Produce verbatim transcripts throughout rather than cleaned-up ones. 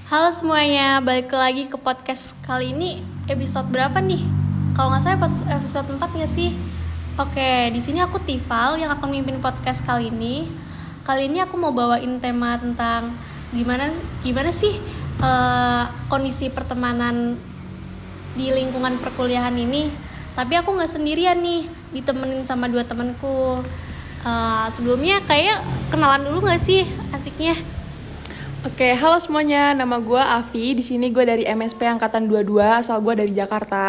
Halo semuanya, balik lagi ke podcast kali ini. Episode berapa nih? Kalau nggak salah episode empat nggak sih? Oke, di sini aku Tifal yang akan memimpin podcast kali ini. Kali ini aku mau bawain tema tentang gimana gimana sih uh, kondisi pertemanan di lingkungan perkuliahan ini. Tapi aku nggak sendirian nih, ditemenin sama dua temanku. Uh, sebelumnya kayak kenalan dulu nggak sih? Asiknya. Oke, halo semuanya. Nama gue Avi. Di sini gue dari M S P angkatan dua puluh dua, asal gue dari Jakarta.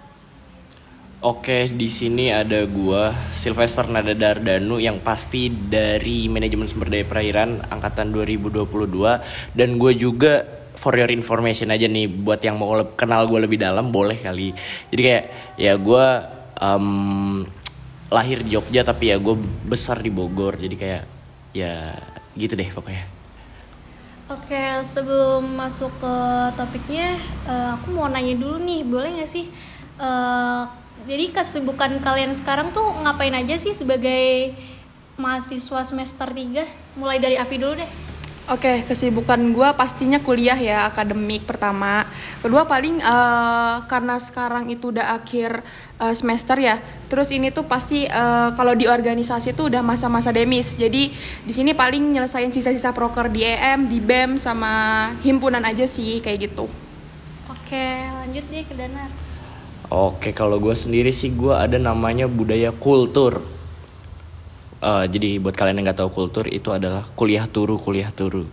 Oke, di sini ada gue Sylvester Nadadardanu yang pasti dari manajemen sumber daya perairan angkatan dua ribu dua puluh dua, dan gue juga for your information aja nih buat yang mau kenal gue lebih dalam boleh kali. Jadi kayak ya gue um, lahir di Jogja tapi ya gue besar di Bogor. Jadi kayak ya gitu deh pokoknya. Oke, sebelum masuk ke topiknya, uh, aku mau nanya dulu nih, boleh nggak sih? Uh, jadi kesibukan kalian sekarang tuh ngapain aja sih sebagai mahasiswa semester tiga? Mulai dari Avi dulu deh. Oke, kesibukan gue pastinya kuliah ya, akademik pertama. Kedua paling uh, karena sekarang itu udah akhir uh, semester ya. Terus ini tuh pasti uh, kalau di organisasi tuh udah masa-masa demis. Jadi di sini paling nyelesain sisa-sisa proker di E M, di B E M sama himpunan aja sih kayak gitu. Oke, lanjut deh ke Danar. Oke, kalau gue sendiri sih gue ada namanya budaya kultur. Uh, jadi buat kalian yang nggak tahu kultur itu adalah kuliah turu kuliah turu.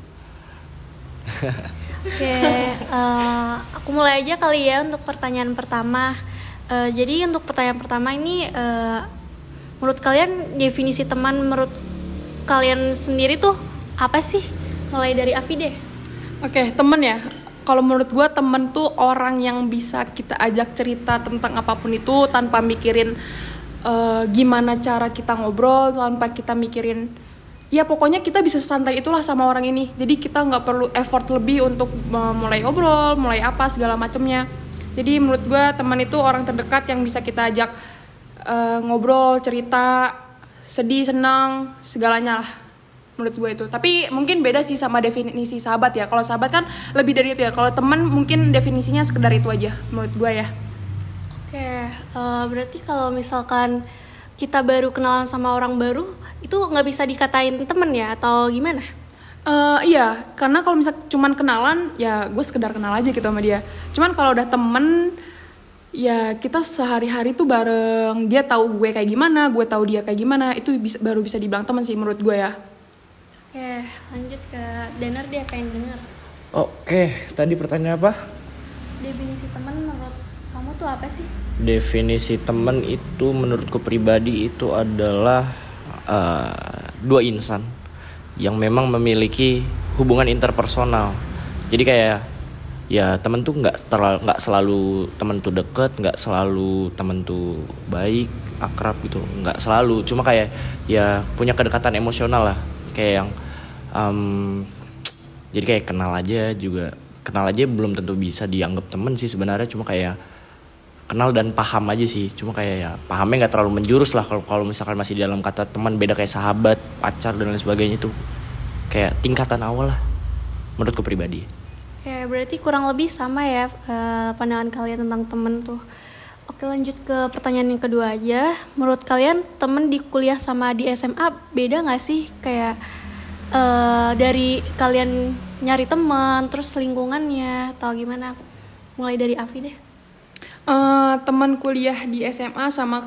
Oke, uh, aku mulai aja kali ya untuk pertanyaan pertama. Uh, jadi untuk pertanyaan pertama ini, uh, menurut kalian definisi teman menurut kalian sendiri tuh apa sih? Mulai dari Avi deh. Oke, temen ya. Kalau menurut gue temen tuh orang yang bisa kita ajak cerita tentang apapun itu tanpa mikirin Uh, gimana cara kita ngobrol tanpa kita mikirin, ya pokoknya kita bisa santai itulah sama orang ini. Jadi kita nggak perlu effort lebih untuk uh, mulai ngobrol, mulai apa segala macemnya. Jadi menurut gue teman itu orang terdekat yang bisa kita ajak uh, ngobrol, cerita, sedih, senang, segalanya lah. Menurut gue itu. Tapi mungkin beda sih sama definisi sahabat ya. Kalau sahabat kan lebih dari itu ya. Kalau teman mungkin definisinya sekedar itu aja menurut gue ya. Oke, uh, berarti kalau misalkan kita baru kenalan sama orang baru, itu nggak bisa dikatain temen ya, atau gimana? Uh, iya, karena kalau misal cuman kenalan, ya gue sekedar kenal aja gitu sama dia. Cuman kalau udah temen, ya kita sehari-hari tuh bareng, dia tahu gue kayak gimana, gue tahu dia kayak gimana, itu bisa, baru bisa dibilang temen sih menurut gue ya. Oke, lanjut ke Danar, dia pengen denger. Oke, tadi pertanyaan apa? Definisi teman menurut kamu tuh apa sih? Definisi teman itu menurutku pribadi itu adalah uh, dua insan yang memang memiliki hubungan interpersonal. Jadi kayak ya teman tuh nggak terlalu nggak selalu teman tuh deket, nggak selalu teman tuh baik, akrab gitu, nggak selalu. Cuma kayak ya punya kedekatan emosional lah, kayak yang um, jadi kayak kenal aja juga kenal aja belum tentu bisa dianggap teman sih sebenarnya, cuma kayak kenal dan paham aja sih. Cuma kayak ya pahamnya nggak terlalu menjurus lah kalau kalau misalkan masih dalam kata teman, beda kayak sahabat, pacar dan lain sebagainya itu kayak tingkatan awal lah menurutku pribadi. Oke, berarti kurang lebih sama ya uh, pandangan kalian tentang temen tuh. Oke, lanjut ke pertanyaan yang kedua aja. Menurut kalian temen di kuliah sama di S M A beda nggak sih? Kayak uh, dari kalian nyari teman, terus lingkungannya atau gimana? Mulai dari Avi deh. Uh, teman kuliah di S M A sama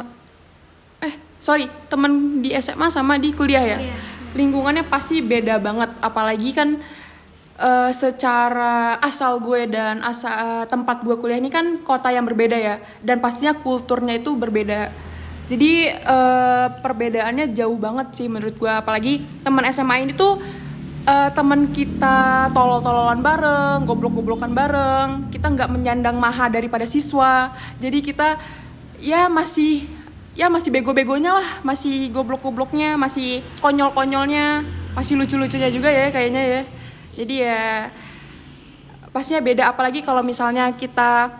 eh sorry teman di S M A sama di kuliah ya, kuliah. Lingkungannya pasti beda banget, apalagi kan uh, secara asal gue dan asal uh, tempat gue kuliah ini kan kota yang berbeda ya, dan pastinya kulturnya itu berbeda. Jadi uh, perbedaannya jauh banget sih menurut gue, apalagi teman S M A ini tuh Uh, teman kita tolol-tololan bareng, goblok-goblokan bareng, kita nggak menyandang maha daripada siswa, jadi kita ya masih ya masih bego-begonya lah, masih goblok-gobloknya, masih konyol-konyolnya, masih lucu-lucunya juga ya kayaknya ya. Jadi ya pastinya beda, apalagi kalau misalnya kita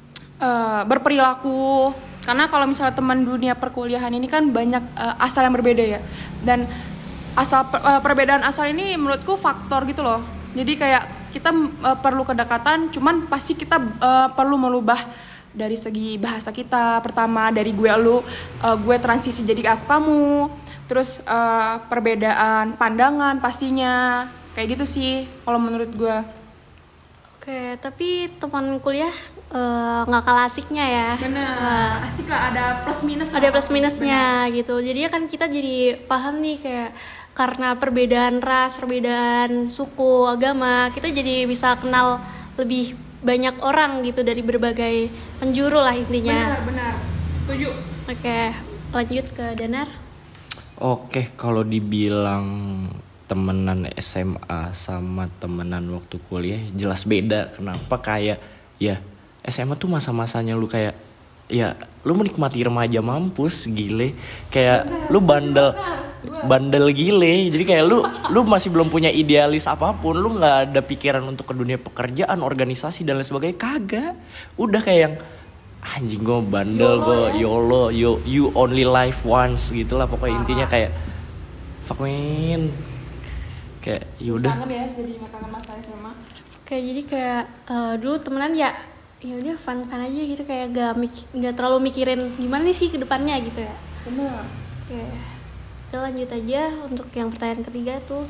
uh, berperilaku, karena kalau misalnya teman dunia perkuliahan ini kan banyak uh, asal yang berbeda ya, dan asal uh, perbedaan asal ini menurutku faktor gitu loh. Jadi kayak kita uh, perlu kedekatan, cuman pasti kita uh, perlu merubah dari segi bahasa kita. Pertama dari gue lu, uh, gue transisi jadi aku kamu. Terus uh, perbedaan pandangan pastinya kayak gitu sih kalau menurut gue. Oke, tapi teman kuliah nggak uh, kalah asiknya ya. Benar. Uh, asik lah, ada plus minus. Ada plus minusnya gitu. Jadi kan kita jadi paham nih kayak karena perbedaan ras, perbedaan suku, agama, kita jadi bisa kenal lebih banyak orang gitu dari berbagai penjuru lah intinya. Benar, benar. Setuju. Oke, lanjut ke Danar. Oke, kalau dibilang temenan S M A sama temenan waktu kuliah jelas beda. Kenapa? Kayak ya S M A tuh masa-masanya lu kayak ya lu menikmati remaja mampus gile, kayak benar, lu bandel benar. bandel gile. Jadi kayak lu lu masih belum punya idealis apapun, lu nggak ada pikiran untuk ke dunia pekerjaan, organisasi dan lain sebagainya, kagak. Udah kayak yang anjing gue bandel, gue YOLO, you, you only live once gitulah pokoknya. Ah. Intinya kayak fuck man, kayak yaudah. Kangen ya, jadi kangen masa S M A. Kayak jadi kayak uh, dulu temenan ya ya udah fun fun aja gitu, kayak gak mik- gak terlalu mikirin gimana nih sih kedepannya gitu ya. Benar. Oke, kita lanjut aja untuk yang pertanyaan ketiga tuh.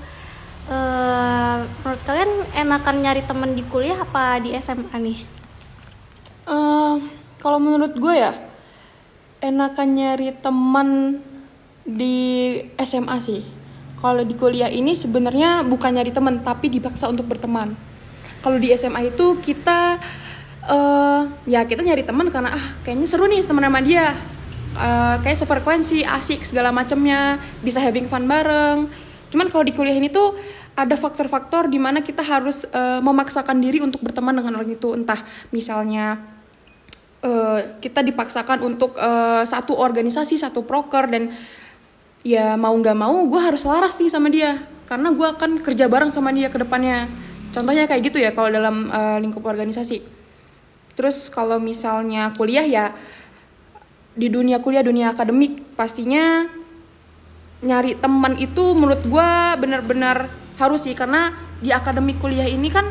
Uh, menurut kalian enakan nyari temen di kuliah apa di S M A nih? Uh, kalau menurut gue ya enakan nyari teman di S M A sih. Kalau di kuliah ini sebenarnya bukan nyari teman tapi dipaksa untuk berteman. Kalau di S M A itu kita uh, ya kita nyari teman karena ah kayaknya seru nih teman sama dia, uh, kayak sefrekuensi, asik segala macamnya, bisa having fun bareng. Cuman kalau di kuliah ini tuh ada faktor-faktor di mana kita harus uh, memaksakan diri untuk berteman dengan orang itu. Entah misalnya uh, kita dipaksakan untuk uh, satu organisasi, satu proker, dan ya mau nggak mau gue harus selaras nih sama dia karena gue akan kerja bareng sama dia ke depannya. Contohnya kayak gitu ya kalau dalam uh, lingkup organisasi. Terus kalau misalnya kuliah ya di dunia kuliah, dunia akademik, pastinya nyari teman itu menurut gue benar-benar harus sih, karena di akademik kuliah ini kan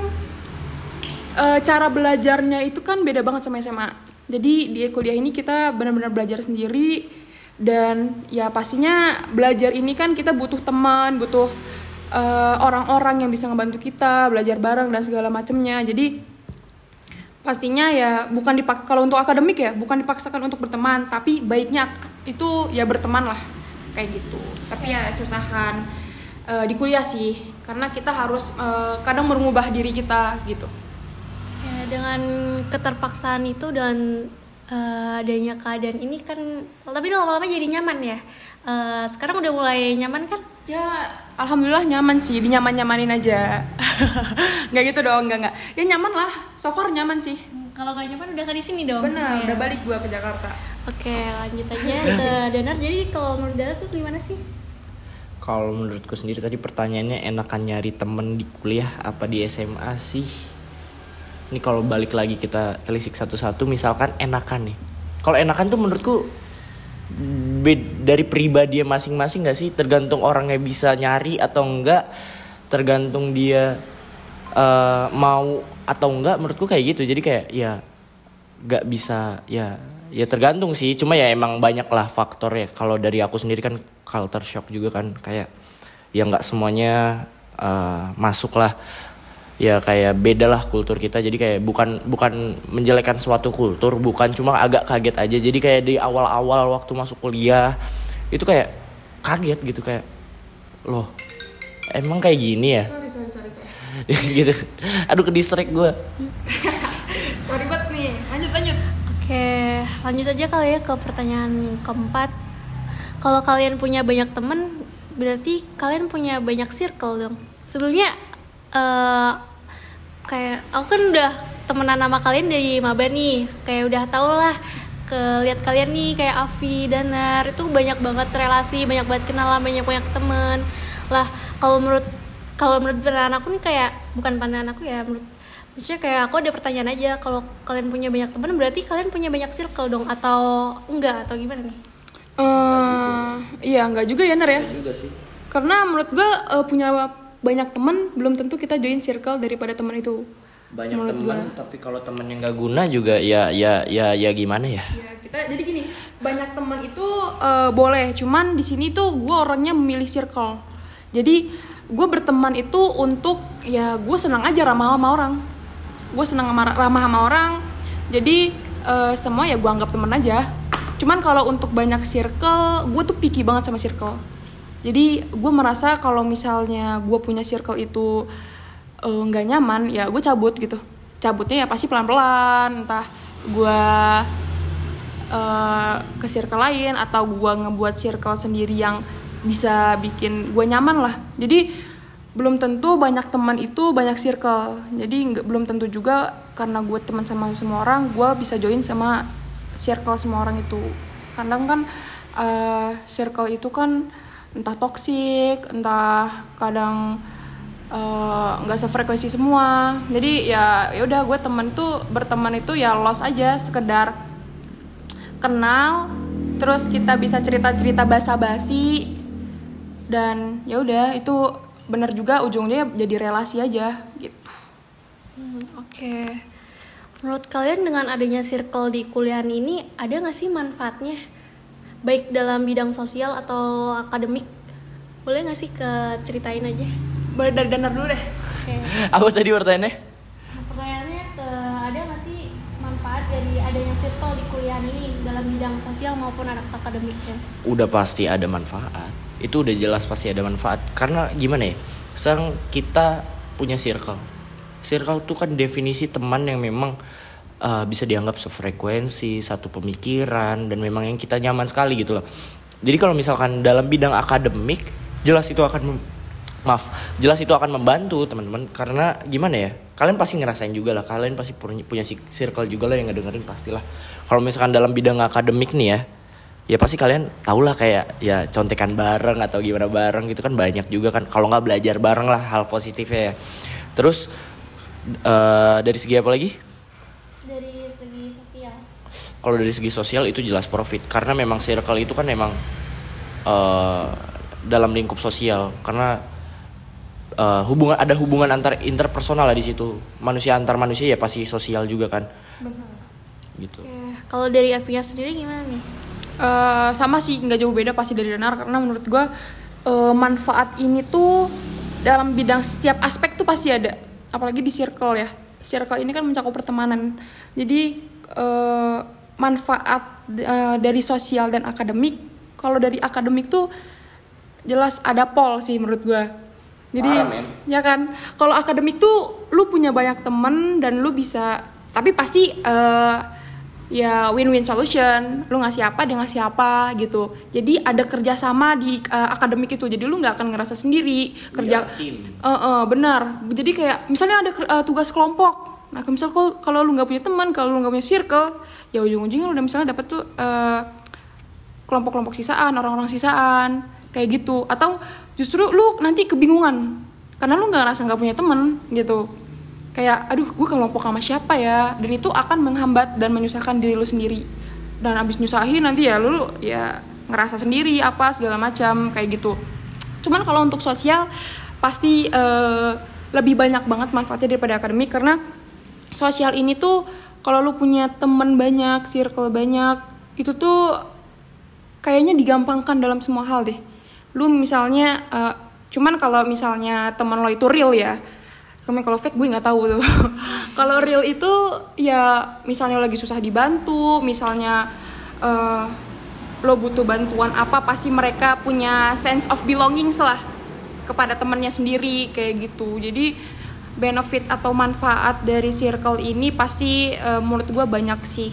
uh, cara belajarnya itu kan beda banget sama S M A. Jadi di kuliah ini kita benar-benar belajar sendiri. Dan ya pastinya belajar ini kan kita butuh teman, butuh uh, orang-orang yang bisa ngebantu kita belajar bareng dan segala macamnya. Jadi pastinya ya bukan dipak kalau untuk akademik ya bukan dipaksakan untuk berteman, tapi baiknya itu ya berteman lah kayak gitu. Tapi ya susahan uh, di kuliah sih karena kita harus uh, kadang mengubah diri kita gitu. Ya, dengan keterpaksaan itu dan Uh, adanya keadaan ini kan, tapi lama-lama jadi nyaman ya. Uh, sekarang udah mulai nyaman kan? Ya alhamdulillah nyaman sih, dinyaman-nyamanin aja. Nggak gitu dong, nggak nggak. Ya nyaman lah, so far nyaman sih. Hmm, kalau nggak nyaman udah nggak di sini dong. Benar, ya. Udah balik gua ke Jakarta. Oke, lanjut aja ke Danar. Jadi kalau menurut Danar tuh gimana sih? Kalau menurutku sendiri tadi pertanyaannya enakan nyari temen di kuliah apa di S M A sih? Ini kalau balik lagi kita telisik satu-satu, misalkan enakan nih. Kalau enakan tuh menurutku be- dari pribadi masing-masing gak sih? Tergantung orangnya bisa nyari atau enggak, tergantung dia uh, mau atau enggak, menurutku kayak gitu. Jadi kayak ya gak bisa, ya ya tergantung sih. Cuma ya emang banyak lah faktor ya. Kalau dari aku sendiri kan culture shock juga kan, kayak ya gak semuanya uh, masuk lah. Ya kayak beda lah kultur kita, jadi kayak bukan bukan menjelekkan suatu kultur, bukan, cuma agak kaget aja. Jadi kayak di awal-awal waktu masuk kuliah itu kayak kaget gitu, kayak loh emang kayak gini ya. Sorry sorry sorry, sorry. Gitu, aduh ke distract gue. Sorry banget nih, lanjut lanjut. Oke, lanjut aja kali ya ke pertanyaan yang keempat. Kalau kalian punya banyak temen, berarti kalian punya banyak circle dong. Sebelumnya Uh, kayak aku kan udah temenan sama kalian dari maba nih, kayak udah tau lah ke lihat kalian nih kayak Afi, Danar itu banyak banget relasi, banyak banget kenalan, banyak banyak temen lah. Kalau menurut kalau menurut pandangan aku nih, kayak bukan pandangan aku ya, menurut maksudnya kayak aku ada pertanyaan aja, kalau kalian punya banyak temen berarti kalian punya banyak circle dong atau enggak, atau gimana nih? Uh, iya enggak juga ya Nar ya. Enggak juga sih. Karena menurut gue uh, punya banyak teman belum tentu kita join circle daripada teman itu. Banyak Menurut teman gua. tapi kalau temennya nggak guna juga ya ya ya ya gimana ya? Ya, kita jadi gini, banyak teman itu uh, boleh, cuman di sini tuh gue orangnya memilih circle. Jadi gue berteman itu untuk ya gue senang aja ramah sama orang. Gue senang sama, ramah sama orang. Jadi uh, semua ya gue anggap teman aja. Cuman kalau untuk banyak circle, gue tuh picky banget sama circle. Jadi gue merasa kalau misalnya gue punya circle itu nggak uh, nyaman, ya gue cabut gitu. Cabutnya ya pasti pelan-pelan, entah gue uh, ke circle lain atau gue ngebuat circle sendiri yang bisa bikin gue nyaman lah. Jadi belum tentu banyak teman itu banyak circle. Jadi nggak belum tentu juga karena gue teman sama semua orang, gue bisa join sama circle semua orang itu. Kadang kan uh, circle itu kan entah toksik, entah kadang nggak uh, sefrekuensi semua. Jadi ya ya udah gue temen tuh berteman itu ya los aja, sekedar kenal, terus kita bisa cerita-cerita basa-basi, dan ya udah itu benar juga ujungnya jadi relasi aja gitu. Hmm, Oke, okay. Menurut kalian dengan adanya circle di kuliahan ini ada nggak sih manfaatnya, baik dalam bidang sosial atau akademik? Boleh nggak sih ke ceritain aja? Boleh dari Danar dulu deh. Okay. Apa tadi pertanyaannya? Nah, pertanyaannya ke ada nggak sih manfaat dari adanya circle di kuliahan ini dalam bidang sosial maupun akademiknya? Udah pasti ada manfaat. Itu udah jelas pasti ada manfaat. Karena gimana ya? Sekarang kita punya circle. Circle itu kan definisi teman yang memang uh, bisa dianggap sefrekuensi, satu pemikiran, dan memang yang kita nyaman sekali gitu loh. Jadi kalau misalkan dalam bidang akademik, jelas itu akan maaf, jelas itu akan membantu teman-teman, karena gimana ya? Kalian pasti ngerasain juga lah, kalian pasti punya circle juga lah yang ngedengerin pastilah. Kalau misalkan dalam bidang akademik nih ya, ya pasti kalian tau lah kayak ya contekan bareng atau gimana bareng gitu kan banyak juga kan. Kalau nggak belajar bareng lah hal positifnya ya. Terus uh, dari segi apa lagi? Dari segi sosial. Kalau dari segi sosial itu jelas profit, karena memang circle itu kan memang uh, dalam lingkup sosial, karena Uh, hubungan ada hubungan antar interpersonal lah di situ, manusia antar manusia ya pasti sosial juga kan. Benar. Gitu. Okay. Kalau dari Evia sendiri gimana nih? Uh, sama sih, nggak jauh beda pasti dari Danar, karena menurut gue uh, manfaat ini tuh dalam bidang setiap aspek tuh pasti ada, apalagi di circle ya. Circle ini kan mencakup pertemanan, jadi uh, manfaat uh, dari sosial dan akademik. Kalau dari akademik tuh jelas ada pol sih menurut gue. Jadi Parah, ya kan, kalau akademik tuh lu punya banyak temen dan lu bisa, tapi pasti uh, ya win-win solution. Lu ngasih apa, dia ngasih apa gitu. Jadi ada kerjasama di uh, akademik itu. Jadi lu nggak akan ngerasa sendiri kerja. Uh, uh, benar. Jadi kayak misalnya ada uh, tugas kelompok. Nah, misal kalau lu nggak punya teman, kalau lu nggak punya circle, ya ujung-ujungnya lu udah misalnya dapet tuh uh, kelompok-kelompok sisaan, orang-orang sisaan kayak gitu. Atau justru lu nanti kebingungan karena lu nggak ngerasa nggak punya temen gitu, kayak aduh gue kelompok sama siapa ya, dan itu akan menghambat dan menyusahkan diri lu sendiri, dan abis nyusahin nanti ya lu ya ngerasa sendiri apa segala macam kayak gitu. Cuman kalau untuk sosial pasti uh, lebih banyak banget manfaatnya daripada akademik, karena sosial ini tuh kalau lu punya temen banyak, circle banyak, itu tuh kayaknya digampangkan dalam semua hal deh. Lu misalnya uh, cuman kalau misalnya teman lo itu real ya, kalau fake gue nggak tahu tuh. Kalau real itu ya misalnya lo lagi susah dibantu, misalnya uh, lo butuh bantuan apa, pasti mereka punya sense of belongings lah kepada temannya sendiri kayak gitu. Jadi benefit atau manfaat dari circle ini pasti uh, menurut gue banyak sih,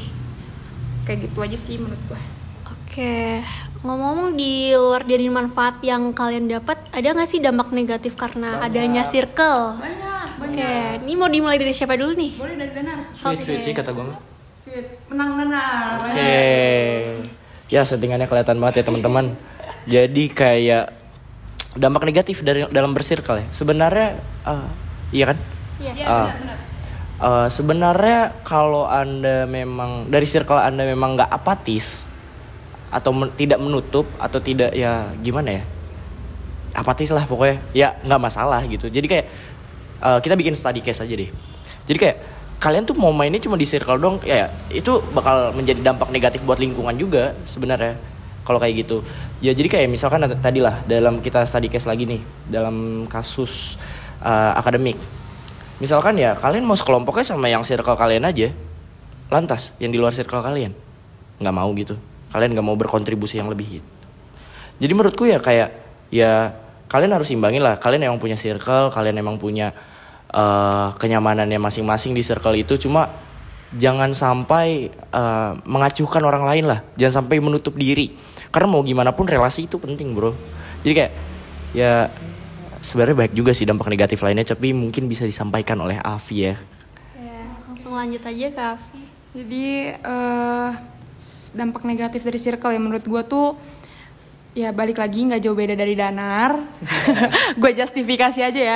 kayak gitu aja sih menurut gue. Oke, ngomong-ngomong di luar dari manfaat yang kalian dapat, ada nggak sih dampak negatif karena banyak. Adanya circle? Banyak, banyak. Oke, ini mau dimulai dari siapa dulu nih? Boleh dari Danar. Sweet, Okay. sweet sih kata gue mah. Sweet, menang Danar. Oke, okay. Ya settingannya kelihatan banget ya teman-teman. Jadi kayak dampak negatif dari dalam bersirkel ya. Sebenarnya, uh, iya kan? Iya. Iya, Uh, benar-benar. uh, sebenarnya kalau anda memang dari circle anda memang nggak apatis, atau men- tidak menutup atau tidak ya gimana ya, apatis lah pokoknya, ya nggak masalah gitu. Jadi kayak uh, kita bikin study case aja deh. Jadi kayak kalian tuh mau mainnya cuma di circle dong, ya itu bakal menjadi dampak negatif buat lingkungan juga sebenarnya kalau kayak gitu. Ya jadi kayak misalkan tadi lah dalam kita study case lagi nih dalam kasus uh, akademik, misalkan ya kalian mau sekelompoknya sama yang circle kalian aja, lantas yang di luar circle kalian nggak mau gitu, kalian nggak mau berkontribusi yang lebih gitu. Jadi menurutku ya kayak ya kalian harus imbangin lah, kalian emang punya circle, kalian emang punya uh, kenyamanannya masing-masing di circle itu, cuma jangan sampai uh, mengacuhkan orang lain lah, jangan sampai menutup diri, karena mau gimana pun relasi itu penting bro. Jadi kayak ya sebenarnya baik juga sih dampak negatif lainnya, tapi mungkin bisa disampaikan oleh Afi ya. Ya langsung lanjut aja ke Afi. Jadi uh, dampak negatif dari circle ya menurut gue tuh ya balik lagi nggak jauh beda dari Danar. Gue justifikasi aja ya.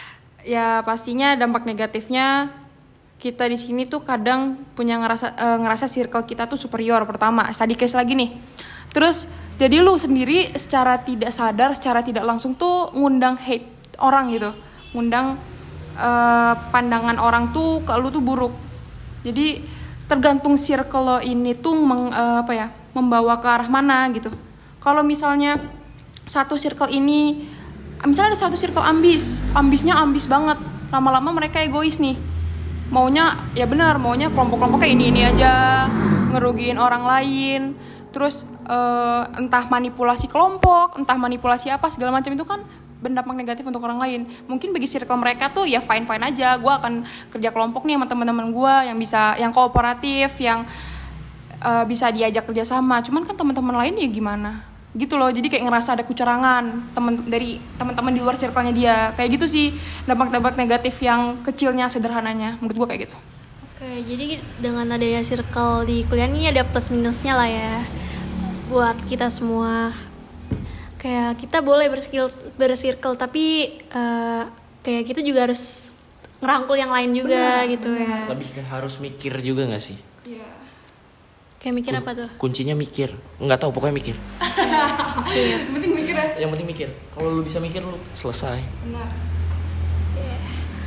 Ya pastinya dampak negatifnya kita di sini tuh kadang punya ngerasa uh, ngerasa circle kita tuh superior pertama. Study case lagi nih. Terus jadi lu sendiri secara tidak sadar, secara tidak langsung tuh ngundang hate orang gitu. Ngundang uh, pandangan orang tuh ke lu tuh buruk. Jadi tergantung circle lo ini tuh meng, uh, apa ya, membawa ke arah mana gitu. Kalau misalnya satu circle ini, misalnya ada satu circle ambis, ambisnya ambis banget, lama-lama mereka egois nih, maunya ya benar, maunya kelompok-kelompoknya ini-ini aja, ngerugiin orang lain, terus uh, entah manipulasi kelompok, entah manipulasi apa segala macam, itu kan berdampak negatif untuk orang lain. Mungkin bagi circle mereka tuh ya fine-fine aja, gue akan kerja kelompok nih sama teman-teman gue yang bisa, yang kooperatif, yang uh, bisa diajak kerja sama. Cuman kan teman-teman lain ya gimana gitu loh, jadi kayak ngerasa ada kecurangan teman dari teman-teman di luar circle-nya dia, kayak gitu sih dampak-dampak negatif yang kecilnya, sederhananya menurut gue kayak gitu. Oke, jadi dengan adanya circle di kuliah ini ada plus minusnya lah ya buat kita semua. Kayak kita boleh berskil, bersirkel tapi uh, kayak kita juga harus ngerangkul yang lain juga. Benar, gitu benar. Ya. Lebih ke harus mikir juga nggak sih? Iya. Kayak mikir Kun- apa tuh? Kuncinya mikir. Nggak tahu, pokoknya mikir. Yang penting mikir ya. Yang penting mikir. Kalau lu bisa mikir lu selesai. Benar. Yeah.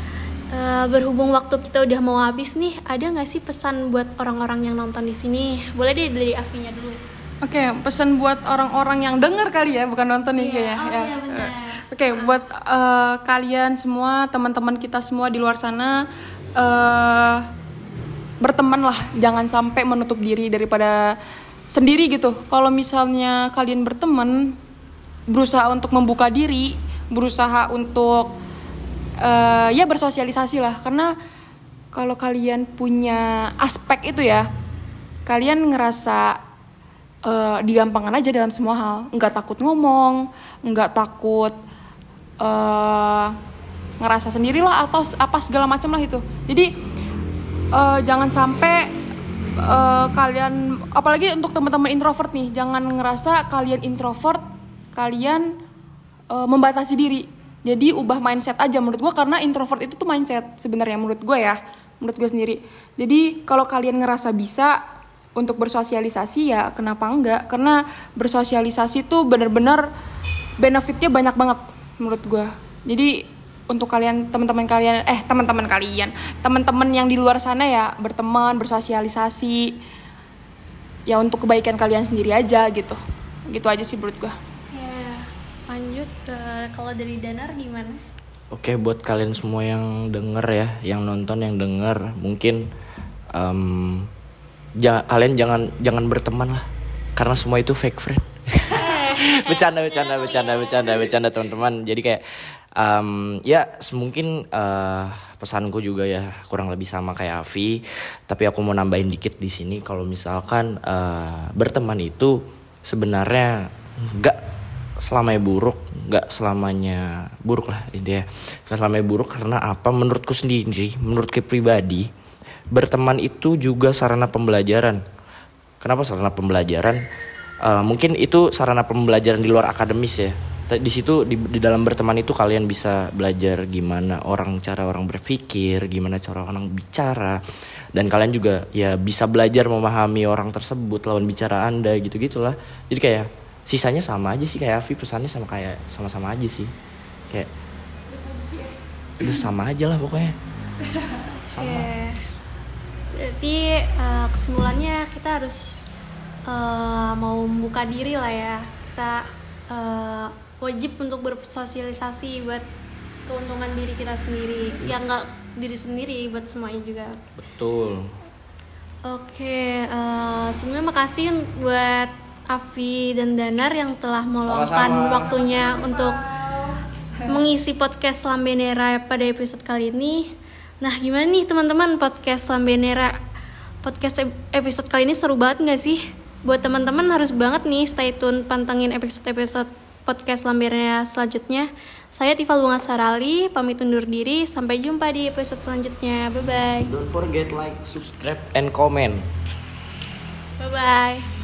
Uh, berhubung waktu kita udah mau habis nih, ada nggak sih pesan buat orang-orang yang nonton di sini? Boleh deh dari Afinya dulu. Oke, okay, pesan buat orang-orang yang dengar kali ya, bukan nonton nih yeah, kayaknya. Oh, ya. Iya, benar. Oke, okay, buat uh, kalian semua, teman-teman kita semua di luar sana, uh, berteman lah, jangan sampai menutup diri daripada sendiri gitu. Kalau misalnya kalian berteman, berusaha untuk membuka diri, berusaha untuk uh, ya bersosialisasi lah. Karena kalau kalian punya aspek itu ya, kalian ngerasa Uh, digampangkan aja dalam semua hal, nggak takut ngomong, nggak takut uh, ngerasa sendirilah atau apa segala macam lah itu. Jadi uh, jangan sampai uh, kalian, apalagi untuk teman-teman introvert nih, jangan ngerasa kalian introvert, kalian uh, membatasi diri. Jadi ubah mindset aja menurut gue, karena introvert itu tuh mindset sebenarnya menurut gue ya, menurut gue sendiri. Jadi kalau kalian ngerasa bisa untuk bersosialisasi ya kenapa enggak, karena bersosialisasi tuh benar-benar benefitnya banyak banget menurut gue. Jadi untuk kalian, teman-teman kalian, eh teman-teman kalian, teman-teman yang di luar sana ya berteman, bersosialisasi ya untuk kebaikan kalian sendiri aja gitu. Gitu aja sih menurut gue. Ya, lanjut uh, kalau dari Danar gimana? Oke, buat kalian semua yang denger ya, yang nonton, yang denger, mungkin um, jangan, kalian jangan jangan berteman lah, karena semua itu fake friend. bercanda bercanda bercanda bercanda bercanda teman-teman. Jadi kayak um, ya mungkin uh, pesanku juga ya kurang lebih sama kayak Afi, tapi aku mau nambahin dikit di sini. Kalau misalkan uh, berteman itu sebenarnya nggak selamanya buruk, nggak selamanya buruk lah intinya, nggak selamanya buruk. Karena apa? Menurutku sendiri, menurutku pribadi, berteman itu juga sarana pembelajaran. Kenapa sarana pembelajaran? Uh, mungkin itu sarana pembelajaran di luar akademis ya. Di situ di, di dalam berteman itu kalian bisa belajar gimana orang cara orang berpikir, gimana cara orang bicara, dan kalian juga ya bisa belajar memahami orang tersebut, lawan bicara Anda gitu-gitulah. Jadi kayak Sisanya sama aja sih kayak Avi, pesannya sama kayak sama-sama aja sih. Kayak udah sama aja lah pokoknya. Sama. Oke. Berarti uh, kesimpulannya kita harus uh, mau membuka diri lah ya. Kita uh, wajib untuk bersosialisasi buat keuntungan diri kita sendiri, yang nggak diri sendiri, buat semuanya juga. Betul. Oke, uh, sebelumnya makasih buat Avi dan Danar yang telah meluangkan Sama-sama. waktunya untuk mengisi podcast Lambenera pada episode kali ini. Nah, gimana nih teman-teman podcast Lambenera? Podcast episode kali ini seru banget nggak sih? Buat teman-teman harus banget nih stay tune, pantengin episode-episode podcast Lambenera selanjutnya. Saya Tifal Bunga Sarali, pamit undur diri. Sampai jumpa di episode selanjutnya. Bye-bye. Don't forget like, subscribe, and comment. Bye-bye.